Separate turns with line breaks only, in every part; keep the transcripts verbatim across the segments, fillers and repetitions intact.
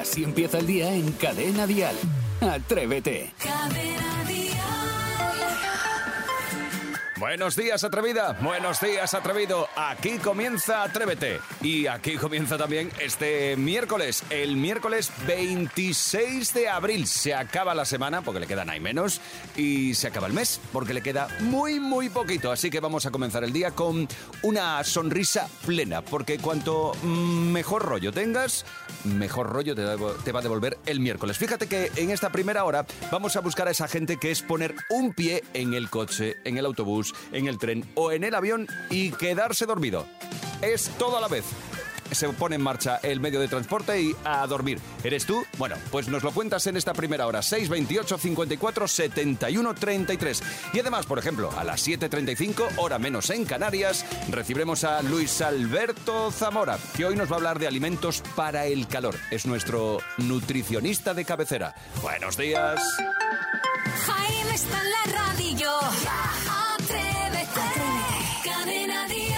Así empieza el día en Cadena Dial. Atrévete.
Cadena Dial.
Buenos días, atrevida. Buenos días, atrevido. Aquí comienza Atrévete. Y aquí comienza también este miércoles, el miércoles veintiséis de abril. Se acaba la semana porque le quedan ahí menos. Y se acaba el mes porque le queda muy, muy poquito. Así que vamos a comenzar el día con una sonrisa plena. Porque cuanto mejor rollo tengas, mejor rollo te, te va a devolver el miércoles. Fíjate que en esta primera hora vamos a buscar a esa gente que es poner un pie en el coche, en el autobús, en el tren o en el avión y quedarse dormido. Es todo a la vez. Se pone en marcha el medio de transporte y a dormir. ¿Eres tú? Bueno, pues nos lo cuentas en esta primera hora. seis veintiocho, cincuenta y cuatro, setenta y uno, treinta y tres. Y además, por ejemplo, a las siete treinta y cinco, hora menos en Canarias, recibiremos a Luis Alberto Zamora, que hoy nos va a hablar de alimentos para el calor. Es nuestro nutricionista de cabecera. Buenos días.
Jaime está en la radio. Atrévete. Cadena Dial.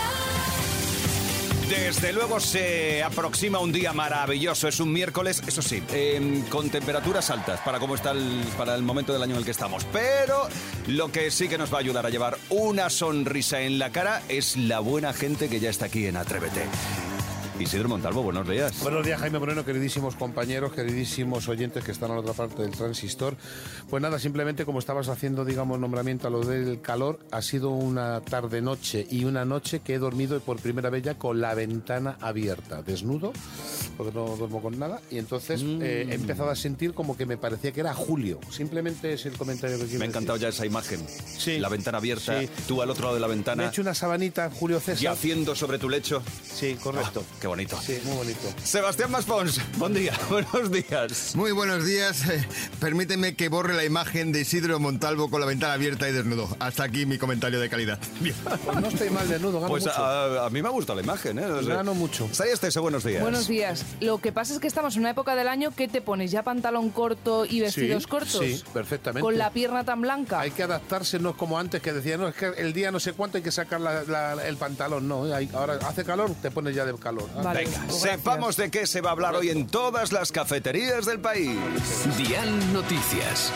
Desde luego se aproxima un día maravilloso. Es un miércoles, eso sí, eh, con temperaturas altas para cómo está el, para el momento del año en el que estamos. Pero lo que sí que nos va a ayudar a llevar una sonrisa en la cara es la buena gente que ya está aquí en Atrévete. Isidro Montalvo, buenos días.
Buenos días, Jaime Moreno, queridísimos compañeros, queridísimos oyentes que están a la otra parte del transistor. Pues nada, simplemente como estabas haciendo, digamos, nombramiento a lo del calor, ha sido una tarde-noche y una noche que he dormido por primera vez ya con la ventana abierta, desnudo, porque no duermo con nada, y entonces mm. eh, he empezado a sentir como que me parecía que era julio. Simplemente es el comentario que quiero
Me ha encantado
decir.
ya esa imagen.
Sí.
La ventana abierta, sí. Tú al otro lado de la ventana.
Me he hecho una sabanita, Julio César.
Y haciendo sobre tu lecho.
Sí, correcto.
Oh, qué bonito.
Sí, muy bonito.
Sebastián Maspons, buen día, buenos días.
Muy buenos días. Eh, permíteme que borre la imagen de Isidro Montalvo con la ventana abierta y desnudo. Hasta aquí mi comentario de calidad.
Pues no estoy mal desnudo, gano
Pues
mucho.
a, a mí me ha gustado la imagen, ¿eh? O sea,
gano mucho.
Sayas Teso, buenos días.
Buenos días. Lo que pasa es que estamos en una época del año que te pones ya pantalón corto y vestidos
sí,
cortos.
Sí, perfectamente.
Con la pierna tan blanca.
Hay que adaptarse, no es como antes que decían, no, es que el día no sé cuánto hay que sacar la, la, el pantalón, no. Hay, ahora hace calor, te pones ya de calor.
Vale,
Venga,
pues
sepamos de qué se va a hablar hoy en todas las cafeterías del país.
Dial Noticias.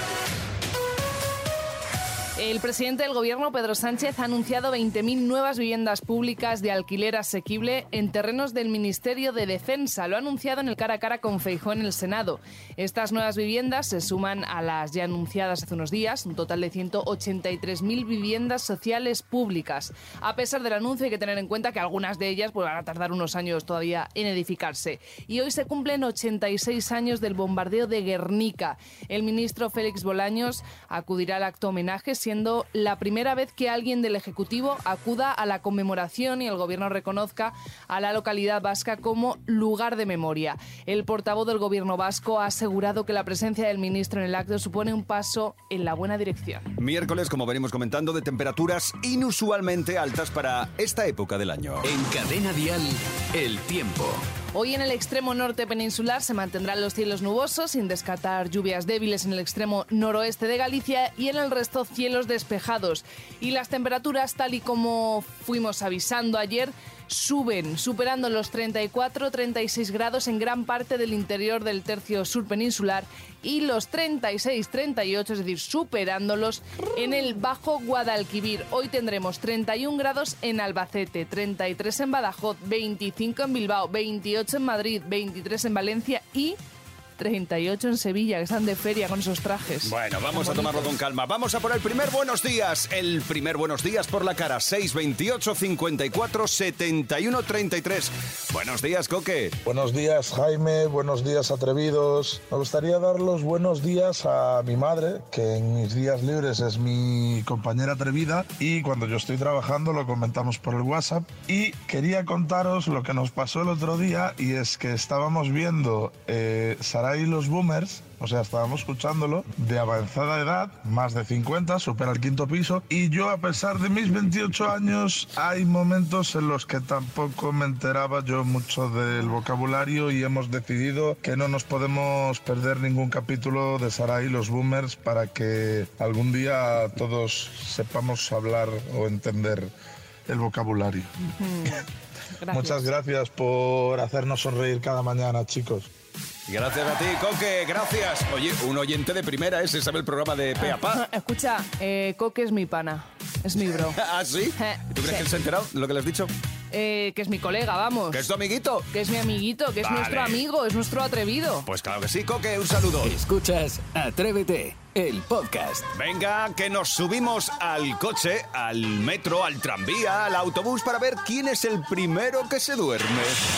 El presidente del Gobierno, Pedro Sánchez, ha anunciado veinte mil nuevas viviendas públicas de alquiler asequible en terrenos del Ministerio de Defensa. Lo ha anunciado en el cara a cara con Feijóo en el Senado. Estas nuevas viviendas se suman a las ya anunciadas hace unos días, un total de ciento ochenta y tres mil viviendas sociales públicas. A pesar del anuncio, hay que tener en cuenta que algunas de ellas pues, van a tardar unos años todavía en edificarse. Y hoy se cumplen ochenta y seis años del bombardeo de Guernica. El ministro Félix Bolaños acudirá al acto homenaje, siendo la primera vez que alguien del Ejecutivo acuda a la conmemoración y el Gobierno reconozca a la localidad vasca como lugar de memoria. El portavoz del Gobierno vasco ha asegurado que la presencia del ministro en el acto supone un paso en la buena dirección.
Miércoles, como venimos comentando, de temperaturas inusualmente altas para esta época del año.
En Cadena Dial, el tiempo.
Hoy en el extremo norte peninsular se mantendrán los cielos nubosos, sin descartar lluvias débiles en el extremo noroeste de Galicia y en el resto cielos despejados. Y las temperaturas, tal y como fuimos avisando ayer, suben, superando los treinta y cuatro a treinta y seis grados en gran parte del interior del tercio sur peninsular y los treinta y seis a treinta y ocho, es decir, superándolos en el Bajo Guadalquivir. Hoy tendremos treinta y un grados en Albacete, treinta y tres en Badajoz, veinticinco en Bilbao, veintiocho en Madrid, veintitrés en Valencia y treinta y ocho en Sevilla, que están de feria con esos trajes.
Bueno, vamos a tomarlo con calma. Vamos a por el primer buenos días. El primer buenos días por la cara. seis veintiocho, cincuenta y cuatro, setenta y uno, treinta y tres. Buenos días, Coque.
Buenos días, Jaime. Buenos días, atrevidos. Me gustaría dar los buenos días a mi madre, que en mis días libres es mi compañera atrevida, y cuando yo estoy trabajando lo comentamos por el WhatsApp. Y quería contaros lo que nos pasó el otro día, y es que estábamos viendo eh, Sarai y los Boomers, o sea, estábamos escuchándolo, de avanzada edad, más de cincuenta, supera el quinto piso, y yo, a pesar de mis veintiocho años, hay momentos en los que tampoco me enteraba yo mucho del vocabulario y hemos decidido que no nos podemos perder ningún capítulo de Sarai y los Boomers para que algún día todos sepamos hablar o entender el vocabulario.
Gracias.
Muchas gracias por hacernos sonreír cada mañana, chicos.
Gracias a ti, Coque, gracias. Oye, un oyente de primera, ese sabe el programa de Pe a Pa.
Escucha, eh, Coque es mi pana, es mi bro.
¿Ah, sí?
Eh,
¿Tú crees
sí.
que él se ha enterado de lo que le has dicho?
Eh, que es mi colega, vamos.
¿Que es tu amiguito?
Que es mi amiguito, que es
Vale.
nuestro amigo, es nuestro atrevido.
Pues claro que sí, Coque, un saludo.
Escuchas Atrévete, el podcast.
Venga, que nos subimos al coche, al metro, al tranvía, al autobús para ver quién es el primero que se duerme.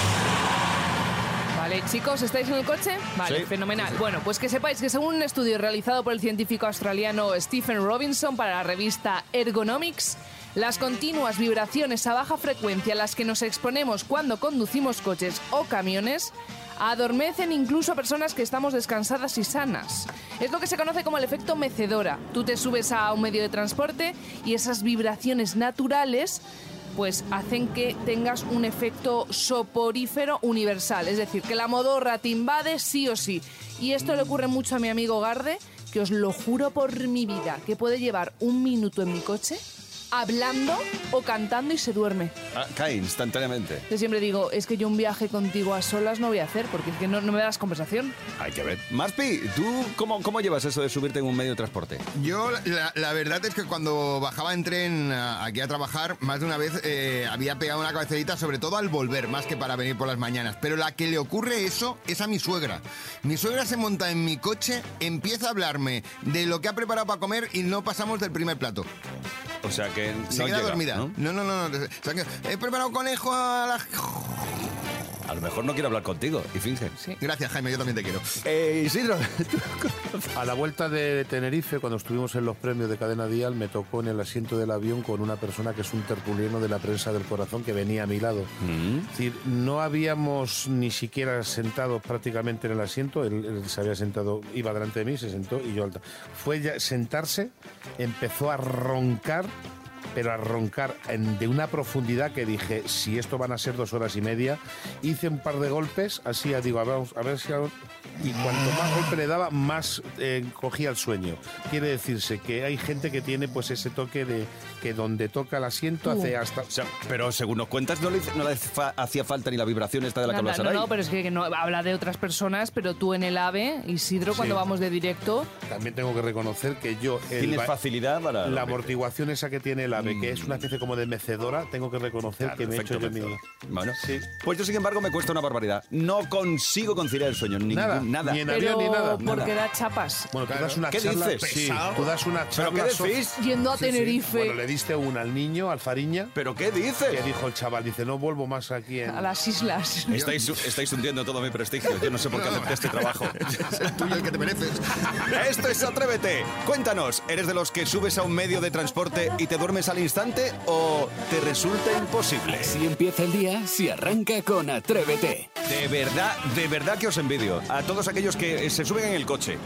Vale, chicos, ¿estáis en el coche? Vale,
Sí.
fenomenal. Bueno, pues que sepáis que según un estudio realizado por el científico australiano Stephen Robinson para la revista Ergonomics, las continuas vibraciones a baja frecuencia a las que nos exponemos cuando conducimos coches o camiones adormecen incluso a personas que estamos descansadas y sanas. Es lo que se conoce como el efecto mecedora. Tú te subes a un medio de transporte y esas vibraciones naturales pues hacen que tengas un efecto soporífero universal. Es decir, que la modorra te invade sí o sí. Y esto le ocurre mucho a mi amigo Garde, que os lo juro por mi vida, que puede llevar un minuto en mi coche hablando o cantando y se duerme.
Ah, cae instantáneamente.
Yo siempre digo, es que yo un viaje contigo a solas no voy a hacer, porque es que no, no me das conversación.
Hay que ver. Maspi, ¿tú cómo, cómo llevas eso de subirte en un medio de transporte?
Yo, la, la verdad es que cuando bajaba en tren a- aquí a trabajar, más de una vez eh, había pegado una cabecadita, sobre todo al volver, más que para venir por las mañanas. Pero la que le ocurre eso es a mi suegra. Mi suegra se monta en mi coche, empieza a hablarme de lo que ha preparado para comer y no pasamos del primer plato.
O sea que
Se
no
queda
llega,
dormida.
¿no?
No, no, no. no. O sea que he preparado conejo a la...
A lo mejor no quiere hablar contigo y finge.
Sí.
Gracias, Jaime, yo también te quiero.
Eh, Isidro,
A la vuelta de Tenerife, cuando estuvimos en los premios de Cadena Dial, me tocó en el asiento del avión con una persona que es un tertuliano de la prensa del corazón que venía a mi lado. Es decir, no habíamos ni siquiera sentado prácticamente en el asiento, él, él se había sentado, iba delante de mí, se sentó y yo alta. Fue ya sentarse, empezó a roncar, pero a roncar en- de una profundidad que dije, si esto van a ser dos horas y media, hice un par de golpes, así, digo, a ver, a ver si... hago- Y cuanto más golpe le daba, más eh, cogía el sueño. Quiere decirse que hay gente que tiene pues ese toque de que donde toca el asiento
Tú.
hace hasta...
o sea, pero según nos cuentas, no le, no le fa- hacía falta ni la vibración esta de la que
Nada,
hablas
no,
ahora.
no, pero es que no, habla de otras personas, pero tú en el AVE, Isidro, cuando
Sí.
vamos de directo,
También tengo que reconocer que yo... el
Tienes
ba-
facilidad para...
La
dormirte.
amortiguación esa que tiene el AVE, que es una especie como de mecedora, tengo que reconocer
Claro,
que me he hecho
efecto
yo mi...
mecedor. Bueno,
Sí.
pues yo sin embargo me cuesta una barbaridad. No consigo conciliar el sueño, ningún,
Nada,
nada.
ni en
pero
avión ni nada.
porque
nada.
da chapas.
Bueno, tú das una
¿Qué
charla...
dices?
Sí,
Pesado.
tú das una
¿Pero
charla...
qué
so-
decís?
Yendo a
Sí, sí.
Tenerife,
Bueno, le diste una al niño, al Fariña,
¿Pero qué dices?
que dijo el chaval, dice, no vuelvo más aquí en...
a las islas.
Estáis, estáis hundiendo todo mi prestigio. Yo no sé por qué acepté este trabajo.
Es el tuyo el que te mereces.
Esto es Atrévete. Cuéntanos, ¿eres de los que subes a un medio de transporte y te duermes al instante o te resulta imposible?
Si empieza el día, si arranca con Atrévete.
De verdad, de verdad que os envidio. A todos aquellos que se suben en el coche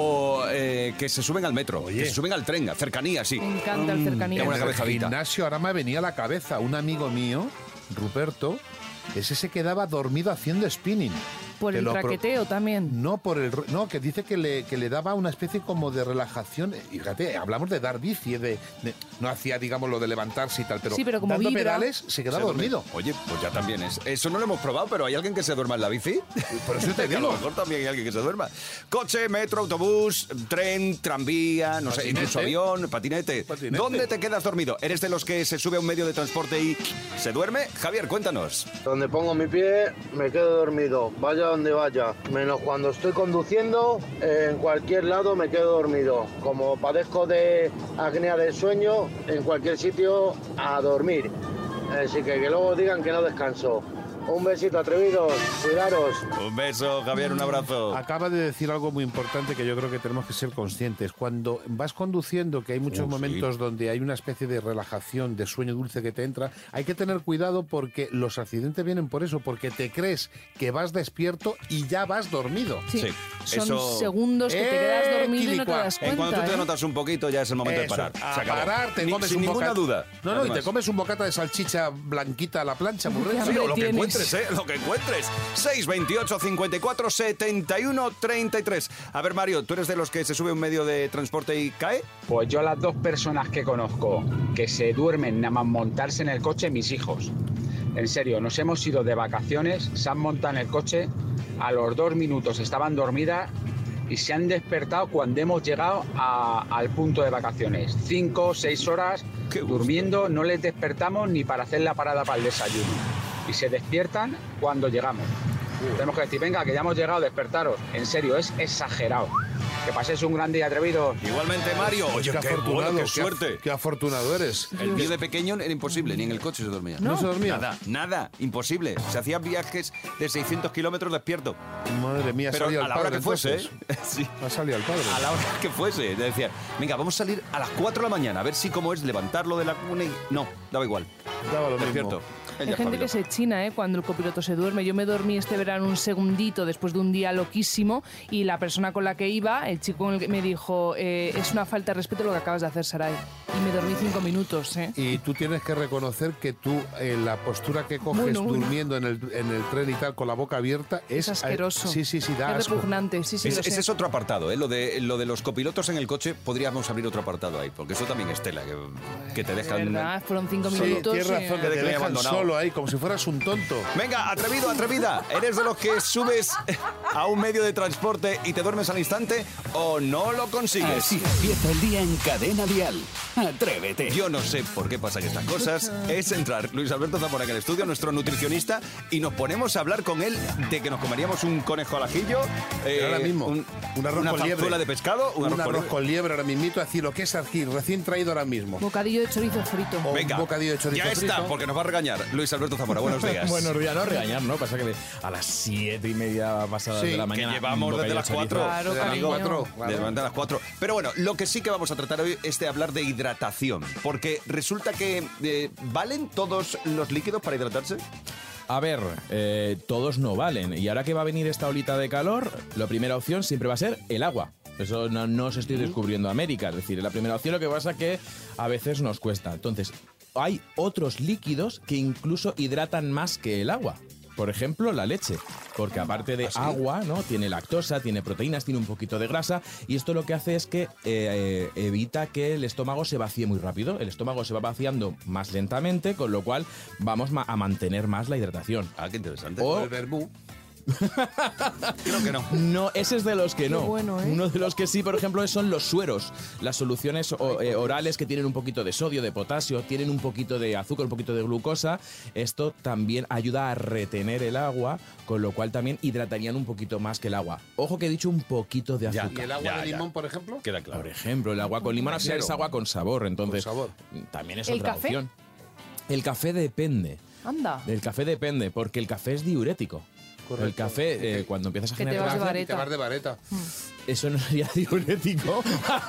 o eh, que se suben al metro, que se suben al tren, a cercanía, sí.
Me encanta el cercanía.
qué buena
En el
cabezadita.
gimnasio ahora me venía a la cabeza un amigo mío, Ruperto, ese se quedaba dormido haciendo spinning.
Por
Que
el
lo pro-
traqueteo también.
No, por el ru- no, que dice que le, que le daba una especie como de relajación. Y fíjate, hablamos de dar bici, de, de- no hacía, digamos, lo de levantarse y tal, pero,
Sí, pero como
dando
vibra.
pedales se quedaba
Se duerme.
dormido.
Oye, pues ya también es. Eso no lo hemos probado, pero ¿hay alguien que se duerma en la bici?
Por eso te
Que a lo
digo.
mejor también hay alguien que se duerma. Coche, metro, autobús, tren, tranvía, no sé,
Patinete.
incluso avión, patinete.
Patinete.
¿Dónde te quedas dormido? ¿Eres de los que se sube a un medio de transporte y se duerme? Javier, cuéntanos.
Donde pongo mi pie, me quedo dormido, vaya donde vaya. Menos cuando estoy conduciendo, en cualquier lado me quedo dormido. Como padezco de apnea del sueño, en cualquier sitio a dormir. Así que que luego digan que no descanso. Un besito, atrevidos, cuidaros.
Un beso, Javier, un abrazo.
Acaba de decir algo muy importante que yo creo que tenemos que ser conscientes. Cuando vas conduciendo, que hay muchos
Uh, sí.
momentos donde hay una especie de relajación, de sueño dulce que te entra, hay que tener cuidado porque los accidentes vienen por eso, porque te crees que vas despierto y ya vas dormido.
Sí.
Sí,
Son
eso-
segundos que te quedas
Eh,
dormido y no te
quilicua.
das
En
cuenta.
cuando tú te
¿eh?
notas un poquito, ya es el momento
Eso,
de parar.
a
Se acabó.
parar, te
Ni-
comes
sin
un
ninguna
bocata-
duda.
No, no, y te
además.
comes un bocata de salchicha blanquita a la plancha, muy rico.
Ya
Sí, o lo que
tienes.
encuentres, ¿eh? Lo que encuentres. seis veintiocho cincuenta y cuatro setenta y uno treinta y tres. A ver, Mario, ¿tú eres de los que se sube a un medio de transporte y cae?
Pues yo las dos personas que conozco que se duermen nada más montarse en el coche, mis hijos. En serio, nos hemos ido de vacaciones, se han montado en el coche, a los dos minutos estaban dormidas y se han despertado cuando hemos llegado a- al punto de vacaciones. Cinco o seis horas durmiendo, no les despertamos ni para hacer la parada para el desayuno. Y se despiertan cuando llegamos. Tenemos que decir, venga, que ya hemos llegado, despertaros. En serio, es exagerado. Que paséis un gran día, atrevido.
Igualmente, Mario. Oye,
qué
qué,
afortunado,
bueno, qué
qué
suerte.
af- qué afortunado eres.
El mío de pequeño era imposible, ni en el coche se dormía.
¿No? ¿No se dormía?
Nada, nada, imposible. Se hacían viajes de seiscientos kilómetros despierto.
Madre mía,
Pero
salía
a
el
la hora
padre,
que fuese,
entonces.
¿eh? Sí.
Ha salido el padre.
A la hora que fuese. Le decía, venga, vamos a salir a las cuatro de la mañana, a ver si cómo es levantarlo de la cuna y... No, daba igual.
Daba lo
Despierto.
mismo.
Él
Hay
ya
gente que
espabiló.
se china, ¿eh? Cuando el copiloto se duerme. Yo me dormí este verano un segundito después de un día loquísimo y la persona con la que iba, el chico con el que me dijo, eh, es una falta de respeto lo que acabas de hacer, Saray. Y me dormí cinco minutos, ¿eh?
Y tú tienes que reconocer que tú, eh, la postura que coges
Bueno, bueno.
durmiendo en el, en el tren y tal, con la boca abierta, es...
Es asqueroso.
sí, sí, sí, da
Es
asco.
repugnante, sí, sí,
Es-
lo
ese
sé.
es otro apartado, ¿eh? Lo de, lo de los copilotos en el coche, podríamos abrir otro apartado ahí, porque eso también es tela, que, que te
De
dejan...
verdad, fueron cinco
Sí,
minutos.
tienes
y-
razón, que
Te
te
dejan
dejan
abandonado.
solo ahí, como si fueras un tonto.
Venga, atrevido, atrevida. ¿Eres de los que subes a un medio de transporte y te duermes al instante o no lo consigues?
Así empieza el día en Cadena Dial. Atrévete.
Yo no sé por qué pasan estas cosas. Es entrar Luis Alberto Zamora en el estudio, nuestro nutricionista, y nos ponemos a hablar con él de que nos comeríamos un conejo al ajillo, eh,
Pero ahora mismo,
un,
un arroz
una
con liebre.
zarzuela de pescado, un
Un
arroz, con
arroz
liebre.
con liebre ahora mismito, así lo que es aquí, recién traído ahora mismo.
Bocadillo de chorizo frito.
O
Venga,
un bocadillo de chorizo
ya está,
frito.
porque nos va a regañar Luis Alberto Zamora. Buenos días.
Buenos días, no regañar, ¿no? Pasa que a las siete y media pasadas
Sí,
de la
que
mañana.
Llevamos
un
desde
bocadillo
las
de chorizo.
cuatro.
Claro,
De las
cariño.
cuatro,
De
claro.
levantar a las cuatro. Pero bueno, lo que sí que vamos a tratar hoy es de hablar de hidratación. Porque resulta que eh, ¿valen todos los líquidos para hidratarse?
A ver, eh, todos no valen. Y ahora que va a venir esta olita de calor, la primera opción siempre va a ser el agua. Eso no, no os estoy descubriendo América. Es decir, la primera opción lo que pasa es que a veces nos cuesta. Entonces, hay otros líquidos que incluso hidratan más que el agua. Por ejemplo, la leche, porque aparte de agua, ¿no? Tiene lactosa, tiene proteínas, tiene un poquito de grasa, y esto lo que hace es que eh, eh, evita que el estómago se vacíe muy rápido. El estómago se va vaciando más lentamente, con lo cual vamos ma- a mantener más la hidratación.
Ah, qué interesante.
O-
El vermú.
Creo que no.
No, ese es de los que
Qué
no.
bueno, ¿eh?
Uno de los que sí, por ejemplo, son los sueros. Las soluciones o- eh, orales que tienen un poquito de sodio, de potasio, tienen un poquito de azúcar, un poquito de glucosa. Esto también ayuda a retener el agua, con lo cual también hidratarían un poquito más que el agua. Ojo que he dicho un poquito de
Ya,
¿Y
azúcar.
el agua
Ya,
de
ya.
limón, por ejemplo?
Queda claro.
Por ejemplo, el agua con limón al final es agua con sabor, entonces
Con sabor.
también es
¿El
otra
café?
opción. El café depende.
Anda.
El café depende, porque el café es diurético.
Correcto.
El café, eh, cuando empiezas a
Que te
generar
vas de
grasa,
vareta.
Te vas de vareta.
eso no sería diurético.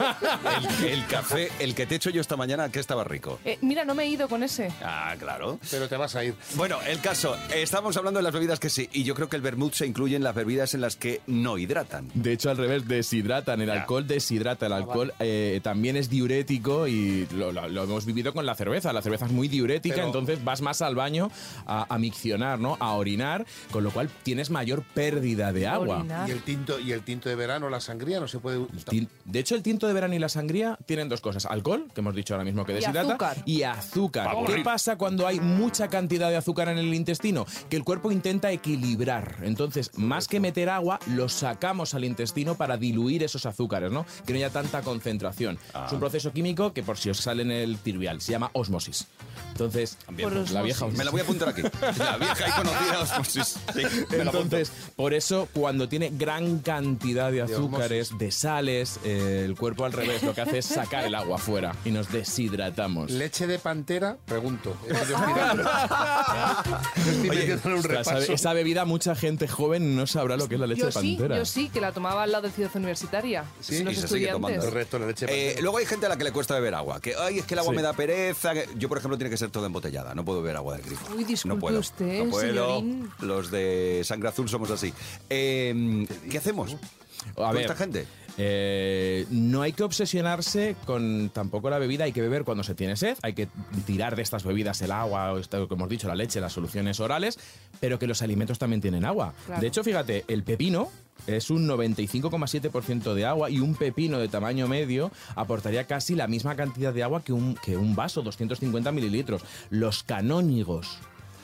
El, el café, el que te he hecho yo esta mañana, que estaba rico.
Eh, mira, no me he ido con ese.
Ah, claro.
Pero te vas a ir.
Bueno, el caso, estamos hablando de las bebidas que sí, y yo creo que el vermut se incluye en las bebidas en las que no hidratan.
De hecho, al revés, deshidratan. El
Ya.
alcohol deshidrata. El alcohol eh, también es diurético y lo, lo- lo hemos vivido con la cerveza. La cerveza es muy diurética,
Pero-
entonces vas más al baño a, a miccionar, ¿no? A orinar, con lo cual tienes mayor pérdida de agua.
Orinar.
Y el tinto, y el tinto de verano, la sangría, no se puede.
El tin- De hecho, el tinto de verano y la sangría tienen dos cosas. Alcohol, que hemos dicho ahora mismo que
Y
deshidrata,
azúcar.
y azúcar.
Pa'
¿Qué
aburrir.
pasa cuando hay mucha cantidad de azúcar en el intestino? Que el cuerpo intenta equilibrar. Entonces, más que meter agua, lo sacamos al intestino para diluir esos azúcares, ¿no? Que no haya tanta concentración.
Ah.
Es un proceso químico que, por si os sale en el trivial, se llama osmosis. Entonces,
Bien.
Por
la vieja
osmosis.
Me la voy a apuntar aquí. La vieja y conocida osmosis. Sí, me la apunto.
Entonces, por eso, cuando tiene gran cantidad de azúcares, de sales, eh, el cuerpo al revés lo que hace es sacar el agua fuera y nos deshidratamos.
Leche de pantera, pregunto. Es que yo estoy dando- yo estoy metiéndole un
Ostras,
repaso.
esa, esa bebida mucha gente joven no sabrá lo que es la leche
Yo
de
sí,
pantera.
yo sí, que la tomaba al lado de Ciudad Universitaria.
Sí,
los
y se sigue
estudiantes.
tomando.
Correcto, la leche de
Eh,
pantera.
luego hay gente a la que le cuesta beber agua. Que, ay, es que el agua
Sí.
me da pereza. que- Yo, por ejemplo, tiene que ser toda embotellada. No puedo beber agua del grifo.
Uy, disculpe
no puedo.
usted,
no puedo.
señorín.
Los de sangre azul somos así. Eh, ¿Qué hacemos?
A
¿Con
ver,
esta gente?
eh, no hay que obsesionarse con tampoco la bebida, hay que beber cuando se tiene sed, hay que tirar de estas bebidas el agua, o esto que hemos dicho, la leche, las soluciones orales, pero que los alimentos también tienen agua.
Claro.
De hecho, fíjate, el pepino es un noventa y cinco coma siete por ciento de agua y un pepino de tamaño medio aportaría casi la misma cantidad de agua que un, que un vaso, doscientos cincuenta mililitros. Los canónigos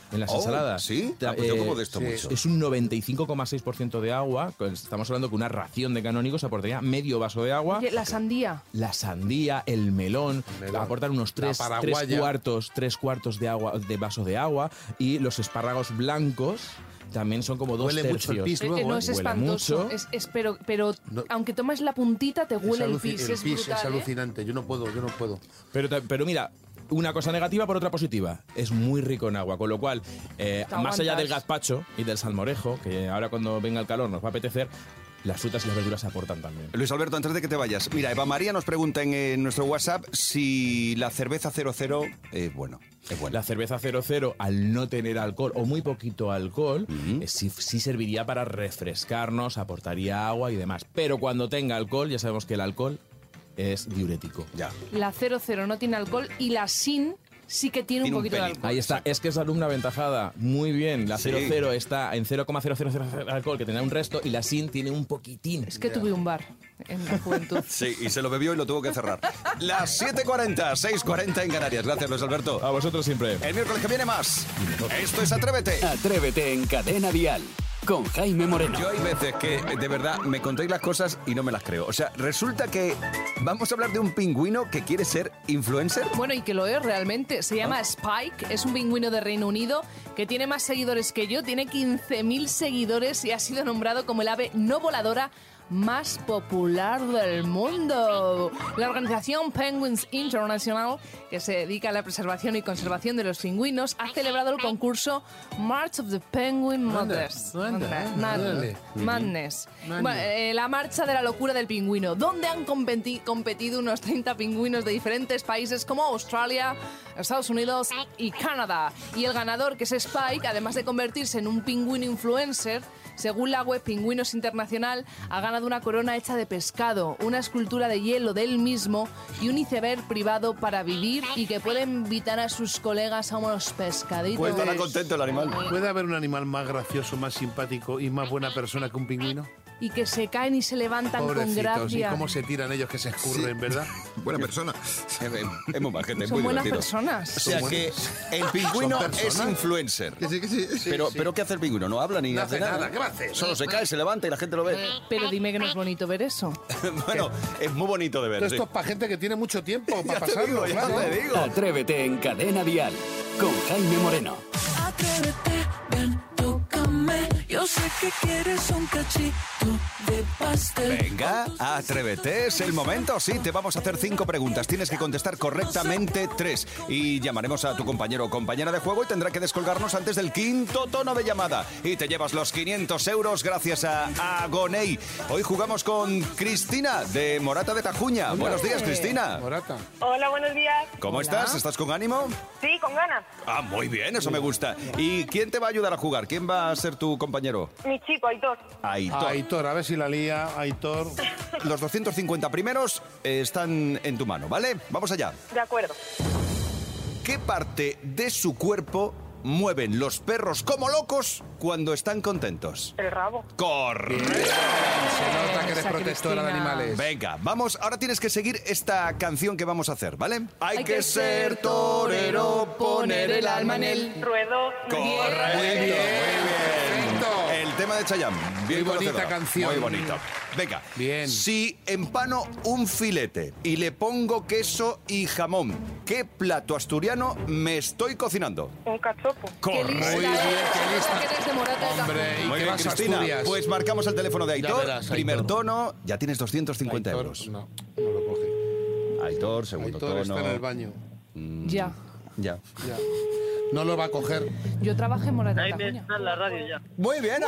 en las
Oh,
ensaladas.
¿sí? Ah, pues yo como de esto mucho.
Es un noventa y cinco coma seis por ciento de agua. Estamos hablando que una ración de canónigos aportaría medio vaso de agua.
Oye, la sandía.
La sandía, el melón,
Melón.
aportan unos tres,
La
tres
paraguaya.
cuartos, tres cuartos de agua, de vaso de agua, y los espárragos blancos también son como dos
Huele mucho el
tercios.
pis
Eh,
luego,
no
¿eh?
es
Huele
espantoso,
mucho.
es, es- pero, pero
No.
aunque tomes la puntita te huele el
aluci-
pis,
el
es
pis
brutal,
es
¿eh?
alucinante. Yo no puedo, yo no puedo.
Pero, ta- pero mira, una cosa negativa por otra positiva. Es muy rico en agua, con lo cual, eh,
Te
más allá
aguantas.
del gazpacho y del salmorejo, que ahora cuando venga el calor nos va a apetecer, las frutas y las verduras aportan también.
Luis Alberto, antes de que te vayas, mira, Eva María nos pregunta en, eh, nuestro WhatsApp si la cerveza cero cero es bueno. Es buena.
La cerveza cero cero, al no tener alcohol o muy poquito alcohol, eh, sí, sí serviría para refrescarnos, aportaría agua y demás. Pero cuando tenga alcohol, ya sabemos que el alcohol es diurético.
Ya.
La cero cero no tiene alcohol y la sin sí que tiene,
Tiene
un
un
poquito de
pelín.
alcohol.
Ahí está, es que es la alumna aventajada. Muy bien, la
Sí.
cero cero está en cero coma cero cero cero de alcohol, que tendrá un resto, y la sin tiene un poquitín.
Es que tuve un bar en la juventud.
Sí, y se lo bebió y lo tuvo que cerrar. Las siete cuarenta, seis cuarenta en Canarias. Gracias, Luis Alberto.
A vosotros siempre.
El miércoles que viene más. Esto es Atrévete.
Atrévete en Cadena Dial con Jaime Moreno.
Yo hay veces que, de verdad, me contáis las cosas y no me las creo. O sea, resulta que vamos a hablar de un pingüino que quiere ser influencer.
Bueno, y que lo es realmente. Se llama Spike, es un pingüino de Reino Unido que tiene más seguidores que yo, tiene quince mil seguidores y ha sido nombrado como el ave no voladora más popular del mundo. La organización Penguins International, que se dedica a la preservación y conservación de los pingüinos, ha celebrado el concurso March of the Penguin Madness.
anda,
Madness.
ándale.
Madness.
Madness.
Bueno, eh, la marcha de la locura del pingüino, donde han competi- competido unos treinta pingüinos de diferentes países como Australia, Estados Unidos y Canadá. Y el ganador, que es Spike, además de convertirse en un pingüino influencer, según la web Pingüinos Internacional, ha ganado una corona hecha de pescado, una escultura de hielo de él mismo y un iceberg privado para vivir y que puede invitar a sus colegas a unos pescaditos.
Pues estará contento el animal.
¿Puede haber un animal más gracioso, más simpático y más buena persona que un pingüino?
Y que se caen y se levantan con
Pobrecitos, y
gracia.
cómo se tiran ellos que se escurren, ¿verdad?
Buena persona.
Es muy majete, es
Son
muy
buenas
divertido.
personas.
O sea que el pingüino
¿Son
es
personas?
influencer.
Que sí, que sí.
Pero, pero ¿qué hace el pingüino? No habla ni
No
hace
hace
nada.
nada, ¿qué va a hacer?
Solo se cae, se levanta y la gente lo ve.
Pero dime que no es bonito ver eso.
Bueno, es muy bonito de ver.
Todo
sí.
esto es para gente que tiene mucho tiempo para
Ya te
pasarlo,
digo, ya
claro.
te digo.
Atrévete en Cadena Dial con Jaime Moreno.
Atrévete, ven, tócame. Yo sé que quieres un cachito de pastel.
Venga, atrévete, es el momento. Sí, te vamos a hacer cinco preguntas. Tienes que contestar correctamente tres. Y llamaremos a tu compañero o compañera de juego y tendrá que descolgarnos antes del quinto tono de llamada. Y te llevas los quinientos euros gracias a Agoney. Hoy jugamos con Cristina de Morata de Tajuña. Buenos días, Cristina.
Morata.
Hola, buenos días.
¿Cómo estás? ¿Estás con ánimo?
Sí, con ganas.
Ah, muy bien, eso me gusta. ¿Y quién te va a ayudar a jugar? ¿Quién va a ser tu compañero?
Mi chico, Aitor.
Aitor.
Aitor, a ver si la lía, Aitor.
Los doscientos cincuenta primeros eh, están en tu mano, ¿vale? Vamos allá.
De acuerdo.
¿Qué parte de su cuerpo mueven los perros como locos cuando están contentos?
El rabo.
Correcto.
Se nota que eres
Esa
protectora de
Cristina.
animales.
Venga, vamos, ahora tienes que seguir esta canción que vamos a hacer, ¿vale? Hay,
Hay que ser torero, poner el alma en el
Ruedo.
Correcto.
Muy bien, perfecto.
El tema de Chayanne. Bien
Muy bonita
conocedora.
canción.
Muy bonito. Venga.
Bien.
Si empano un filete y le pongo queso y jamón, ¿qué plato asturiano me estoy cocinando?
Un cachopo.
Qué lista,
Muy bien,
¿eh?
qué lista.
Que eres de Morata de
Hombre,
Tajuña.
¿y
Muy
qué
bien,
vas a
Cristina.
Asturias?
Pues marcamos el teléfono de Aitor.
verás, Aitor.
Primer tono, ya tienes doscientos cincuenta
Aitor,
euros.
No, no lo coge.
Aitor, segundo
Aitor está
tono.
en el baño.
Ya.
Ya.
Ya. No lo va a coger.
Yo trabajé en Morata de Tajuña.
en la radio ya.
Muy bien,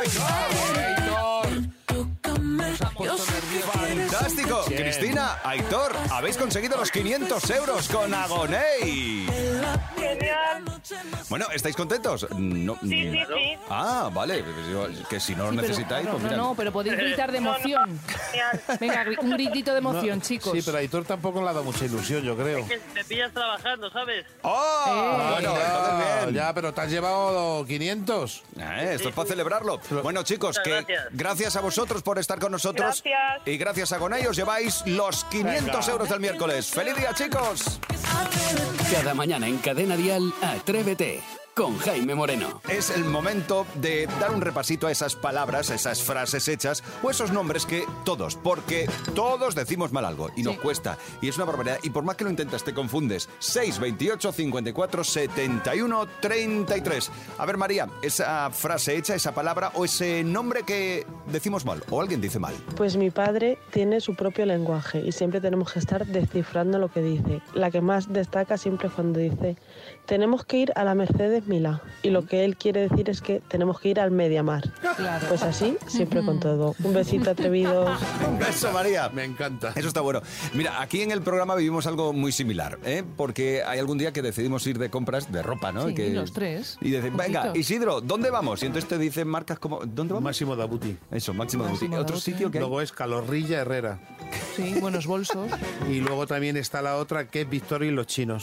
Aitor.
Tócame. Yo sé que quieres
Fantástico.
Bien.
Cristina, Aitor, habéis conseguido los quinientos euros con Agoney.
Genial.
Bueno, ¿estáis contentos? No.
Sí, sí, sí.
Ah, vale. Pues yo- Que si no lo
Sí, pero-
necesitáis,
no,
pues
no,
mira.
no, pero podéis gritar de
No, no.
emoción.
Genial.
Venga, gri- un gritito de emoción,
No,
chicos.
Sí, pero a Aitor tampoco le ha dado mucha ilusión, yo creo.
Me pillas trabajando, ¿sabes?
¡Oh!
Eh.
Bueno,
Ya,
entonces bien.
ya, pero te has llevado quinientos.
Eh, esto es para celebrarlo. Bueno, chicos,
Muchas
que
gracias.
gracias a vosotros por estar con nosotros.
Gracias.
Y gracias a Gonay os lleváis los quinientos euros del miércoles. ¡Feliz día, chicos!
Cada mañana en Cadena Dial, Atrévete con Jaime Moreno.
Es el momento de dar un repasito a esas palabras, a esas frases hechas o esos nombres que todos, porque todos decimos mal algo y nos
Sí.
cuesta y es una barbaridad y por más que lo intentas te confundes. seis veintiocho cincuenta y cuatro setenta y uno treinta y tres. A ver, María, esa frase hecha, esa palabra o ese nombre que decimos mal o alguien dice mal.
Pues mi padre tiene su propio lenguaje y siempre tenemos que estar descifrando lo que dice. La que más destaca siempre es cuando dice tenemos que ir a la Mercedes Milá y lo que él quiere decir es que tenemos que ir al Mediamar.
Claro.
Pues así, siempre con todo. Un besito, atrevidos.
Un beso, María.
Me encanta.
Eso está bueno. Mira, aquí en el programa vivimos algo muy similar, ¿eh? Porque hay algún día que decidimos ir de compras de ropa, ¿no?
Sí,
que,
los tres.
Y dicen, venga,
Juntitos.
Isidro, ¿dónde vamos? Y entonces te dicen marcas como, ¿dónde vamos?
Máximo Dabuti.
Eso, Máximo de
Máximo
Boutique. ¿Otro
Dabuti.
sitio que hay?
Luego es Calorrilla Herrera.
Sí, buenos bolsos.
Y luego también está la otra que es Victoria y los chinos.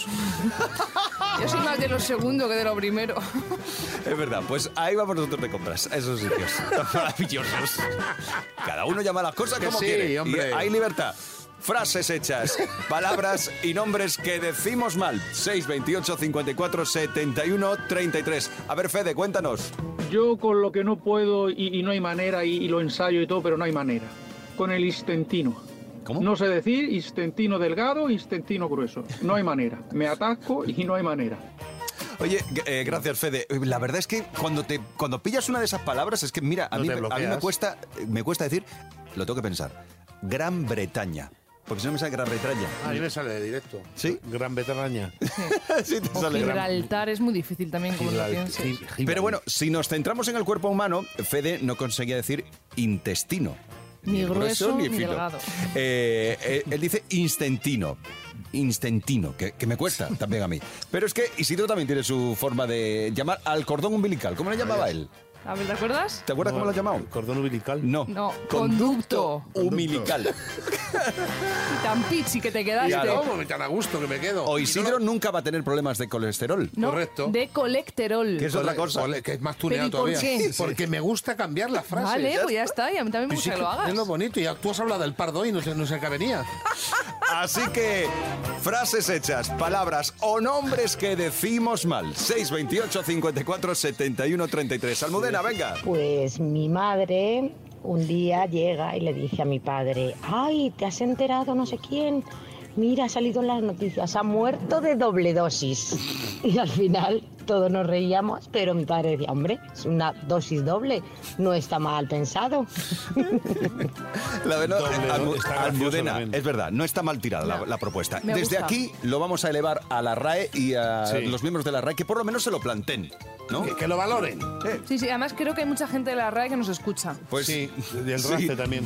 Yo soy más de lo segundo que de lo primero.
Es verdad, pues ahí vamos nosotros de compras, a esos sitios tan maravillosos. Cada uno llama las cosas
Que
como
sí,
quiere.
hombre.
Y hay libertad. Frases hechas, palabras y nombres que decimos mal. seis veintiocho cincuenta y cuatro setenta y uno treinta y tres. A ver, Fede, cuéntanos.
Yo con lo que no puedo y, y no hay manera, y, y lo ensayo y todo, pero no hay manera. Con el istentino.
¿Cómo?
No sé decir istentino delgado, istentino grueso. No hay manera. Me atasco y no hay manera.
Oye, eh, gracias, Fede. La verdad es que cuando te cuando pillas una de esas palabras es que, mira, a
No
mí,
te
a mí me
bloqueas.
cuesta me cuesta decir, lo tengo que pensar. Gran Bretaña. Porque si no me sale Gran Bretaña.
A mí me sale de directo.
¿Sí?
Gran Bretaña.
Sí, te
O
sale.
Gibraltar es muy difícil también, como lo pienses.
Pero bueno, si nos centramos en el cuerpo humano, Fede no conseguía decir intestino.
Ni grueso ni
fino.
delgado.
Eh, eh, él dice instantino. Instantino, que, que me cuesta también a mí. Pero es que Isidro también tiene su forma de llamar al cordón umbilical. ¿Cómo le llamaba él?
A ver, ¿te acuerdas?
¿Te acuerdas cómo lo ha llamado?
¿Cordón umbilical?
No.
No,
Conducto
conducto.
umbilical.
Y tan pichi que te quedaste.
Claro.
¿Cómo? Tan a gusto que me quedo.
O Isidro nunca va a tener problemas de colesterol.
No,
Correcto.
de colecterol.
Que es otra cosa.
Ole, que es más tuneado
¿Pero y por
todavía.
qué?
Porque me gusta cambiar las frases.
Vale, pues ya está. Y a mí también me
Pues sí
gusta que lo hagas.
Es lo bonito. Y tú has hablado del pardo y no sé, no sé qué venía.
Así que, frases hechas, palabras o nombres que decimos mal. seis veintiocho cincuenta y cuatro setenta y uno treinta y tres. Almudena, venga.
Pues mi madre un día llega y le dice a mi padre, ay, ¿te has enterado no sé quién? Mira, ha salido en las noticias, ha muerto de doble dosis. Y al final todos nos reíamos, pero mi padre decía, hombre, es una dosis doble, no está mal pensado.
La verdad,
Doble,
eh,
¿no?
Almu-
Está gracioso
Almudena,
también.
es verdad, no está mal tirada la,
No.
la propuesta.
Me
Desde
gusta.
aquí lo vamos a elevar a la RAE y a
Sí.
los miembros de la RAE que por lo menos se lo planteen, ¿no?
Que, que lo valoren.
Sí, sí, además creo que hay mucha gente de la RAE que nos escucha.
Pues
Sí, y el
sí.
race también.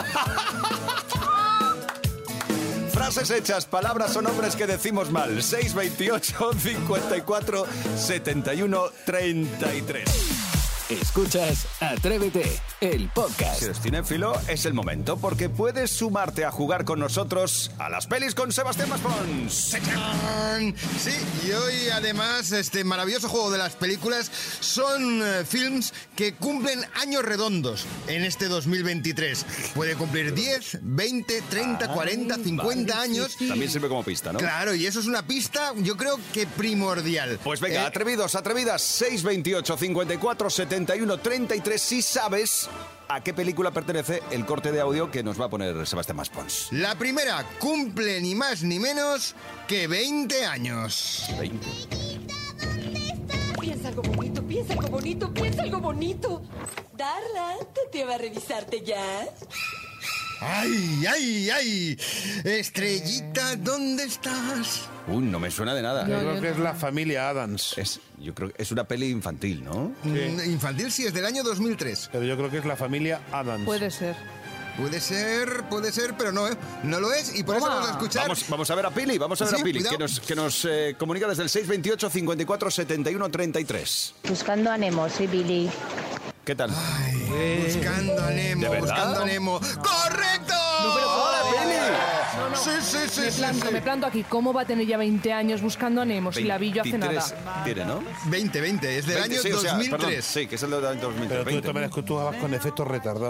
Frases hechas, palabras o nombres que decimos mal. seis veintiocho cincuenta y cuatro setenta y uno treinta y tres.
Escuchas Atrévete, el podcast.
Si eres cinéfilo, es el momento porque puedes sumarte a jugar con nosotros a las pelis con Sebastián Maspons.
¡Tachán! Sí, y hoy además este maravilloso juego de las películas son eh, films que cumplen años redondos en este dos mil veintitrés. Puede cumplir diez, veinte, treinta, cuarenta, cincuenta años.
También sirve como pista, ¿no?
Claro, y eso es una pista, yo creo que primordial.
Pues venga,
Eh,
atrevidos, atrevidas, seis veintiocho cincuenta y cuatro setenta y uno treinta y tres si sabes a qué película pertenece el corte de audio que nos va a poner Sebastián Maspons.
La primera cumple ni más ni menos que veinte años.
veinte.
Piensa algo bonito, piensa algo bonito, piensa algo bonito. Darla, ¿tú te vas a revisarte ya?
¡Ay, ay, ay! Estrellita, ¿dónde estás?
Uy, no me suena de nada.
Yo creo que es la familia Adams.
Es, yo creo que es una peli infantil, ¿no?
Mm, Infantil sí, es del año dos mil tres.
Pero yo creo que es la familia Adams.
Puede ser.
Puede ser, puede ser, pero no, ¿eh? No lo es y por eso
Toma.
vamos a escuchar...
Vamos, vamos a ver a Pili, vamos a ver
Sí,
a Pili,
cuidado.
que nos, que nos eh, comunica desde el seis veintiocho cincuenta y cuatro setenta y uno treinta y tres.
Buscando a Nemo, soy Billy.
¿Qué tal?
Buscando a Nemo,
¿De verdad?
buscando a Nemo. ¡Correcto!
No, pero
¡Hola, Pili!
No, no.
Sí, sí, sí,
me
sí,
planto,
sí.
me planto aquí. ¿Cómo va a tener ya veinte años buscando a Nemo si la vi yo hace
veintitrés
nada?
tiene, ¿no?
veinte, veinte, es del
veinte,
año
sí, o sea,
dos mil tres.
perdón, sí, que es el de dos mil tres.
Pero tú
veinte.
también es que tú vas con efecto retardado.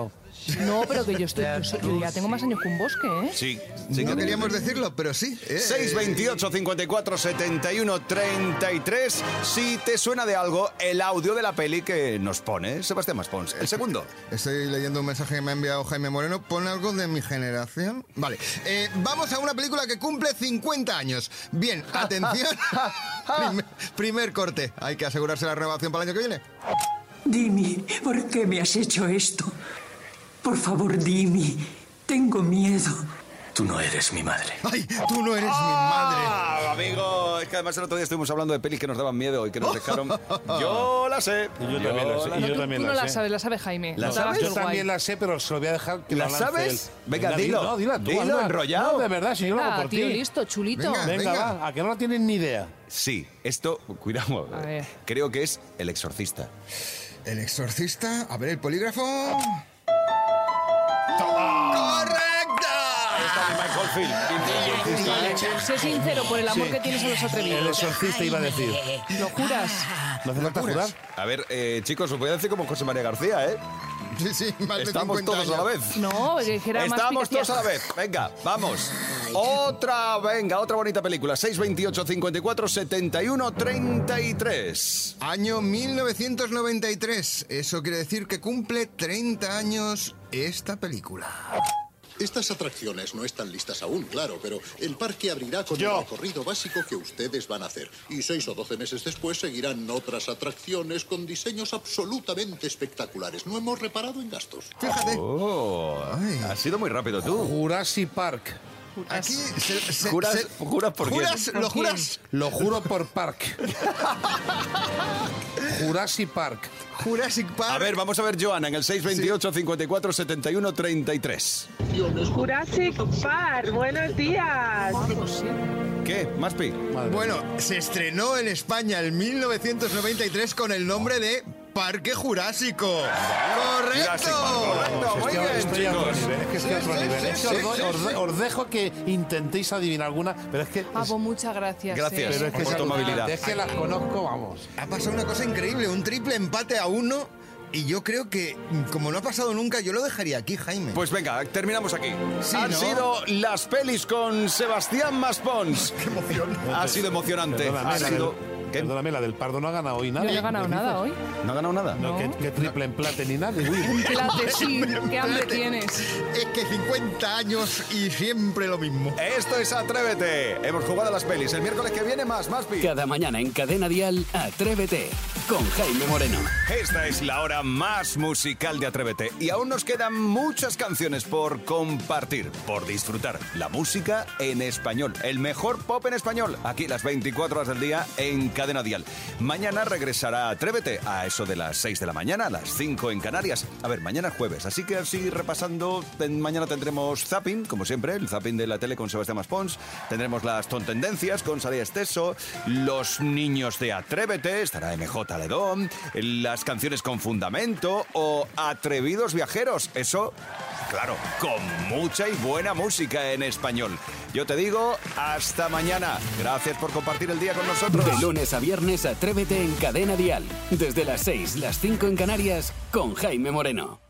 No, pero que yo estoy... Yo, yo ya tengo más años que un bosque, ¿eh?
Sí.
sí no queríamos decirlo, pero sí. Eh,
seis veintiocho, cincuenta y cuatro, setenta y uno, treinta y tres. Si te suena de algo, el audio de la peli que nos pone Sebastián Maspons. El segundo.
Estoy leyendo un mensaje que me ha enviado Jaime Moreno. Pon algo de mi generación. Vale. Eh, vamos a una película que cumple cincuenta años. Bien, atención. primer, primer corte. Hay que asegurarse la renovación para el año que viene.
Dimi, ¿por qué me has hecho esto? Por favor, Dimi, tengo miedo.
Tú no eres mi madre.
¡Ay, tú no eres
Ah,
mi madre!
amigo, es que además el otro día estuvimos hablando de pelis que nos daban miedo y que nos dejaron... Yo la sé.
Y yo también la sé. Y yo
Tú,
también
tú no
la
la
sé.
sabes, la sabe Jaime.
¿La
No,
sabes?
Yo también la sé, pero se lo voy a dejar que
¿La
la lance
sabes?
él.
Venga, dilo.
No, dila tú.
Dilo,
anda.
enrollado.
No, de verdad, si yo lo hago
Ah,
por
tío,
ti.
listo, chulito.
Venga.
Venga, va, a que no la tienes ni idea.
Sí, esto, cuidado,
A ver.
creo que es El Exorcista.
El exorcista. A ver, el polígrafo.
Sé sincero por el amor
Sí.
que tienes a los atrevidos.
El exorcista iba a decir.
¿Lo juras?
¿No hace falta jurar?
A ver, eh, chicos, os voy a decir como José María García, ¿eh?
Sí, sí, más de
Estamos
cincuenta
todos a la
años.
vez.
No, que era más
Estamos
pique-
todos a la vez. Venga, vamos. Otra, venga, otra bonita película. seis veintiocho, cincuenta y cuatro, setenta y uno, treinta y tres.
Año mil novecientos noventa y tres. Eso quiere decir que cumple treinta años esta película.
Estas atracciones no están listas aún, claro, pero el parque abrirá con el recorrido básico que ustedes van a hacer. Y seis o doce meses después seguirán otras atracciones con diseños absolutamente espectaculares. No hemos reparado en gastos.
Fíjate.
Oh, has sido muy rápido tú.
Jurassic Park.
Aquí se, se-
¿Juras,
se-
¿Juras por quién?
¿Juras? ¿Lo juras?
Lo juro por Park. Jurassic Park.
Jurassic Park.
A ver, vamos a ver, Joana, en el seis veintiocho, cincuenta y cuatro, setenta y uno, treinta y tres.
Jurassic Park, buenos días.
¿Qué? ¿Maspi?
Bueno, se estrenó en España en mil novecientos noventa y tres con el nombre de Parque Jurásico.
Jurassic Park,
¡Correcto!
correcto. Muy
Es que
bien,
estoy a otro
chicos.
nivel, es que estoy a otro
Sí, sí,
nivel.
sí,
Es que
sí,
os, doy-
sí,
os de-
sí.
os dejo que intentéis adivinar alguna, pero es que...
Ah,
es-
pues muchas gracias.
Gracias.
eh.
pero es que
por
es
tu amabilidad.
alucinante, es que las conozco, vamos.
Ha pasado una cosa increíble, un triple empate a uno. Y yo creo que, como no ha pasado nunca, yo lo dejaría aquí, Jaime.
Pues venga, terminamos aquí.
Sí,
Han
¿no?
sido las pelis con Sebastián Maspons.
¡Qué emoción!
Ha sido emocionante.
Perdóname,
Ha
la
sido...
del,
¿Qué?
perdóname, la del Pardo no ha ganado hoy
Yo
nadie.
no he ganado
¿Qué
nada
dices?
hoy.
¿No ha ganado nada?
No, que, que triple emplate ni nada. Uy.
Un platecín, qué hambre tienes.
Es que cincuenta años y siempre lo mismo.
Esto es Atrévete. Hemos jugado a las pelis. El miércoles que viene más, Maspi.
Cada mañana en Cadena Dial, Atrévete con Jaime Moreno.
Esta es la hora más musical de Atrévete y aún nos quedan muchas canciones por compartir, por disfrutar. La música en español, el mejor pop en español, aquí las veinticuatro horas del día en Cadena Dial. Mañana regresará Atrévete a eso de las seis de la mañana, a las cinco en Canarias. A ver, mañana es jueves, así que así repasando, ten- mañana tendremos Zapping, como siempre, el Zapping de la tele con Sebastián Maspons. Tendremos las Tontendencias con Sara Esteso, los niños de Atrévete, estará M J Ledón, las canciones con fundamento o Atrevidos Viajeros. Eso, claro, con mucha y buena música en español. Yo te digo, hasta mañana. Gracias por compartir el día con nosotros.
De lunes a viernes, Atrévete en Cadena Dial. Desde las seis, las cinco en Canarias, con Jaime Moreno.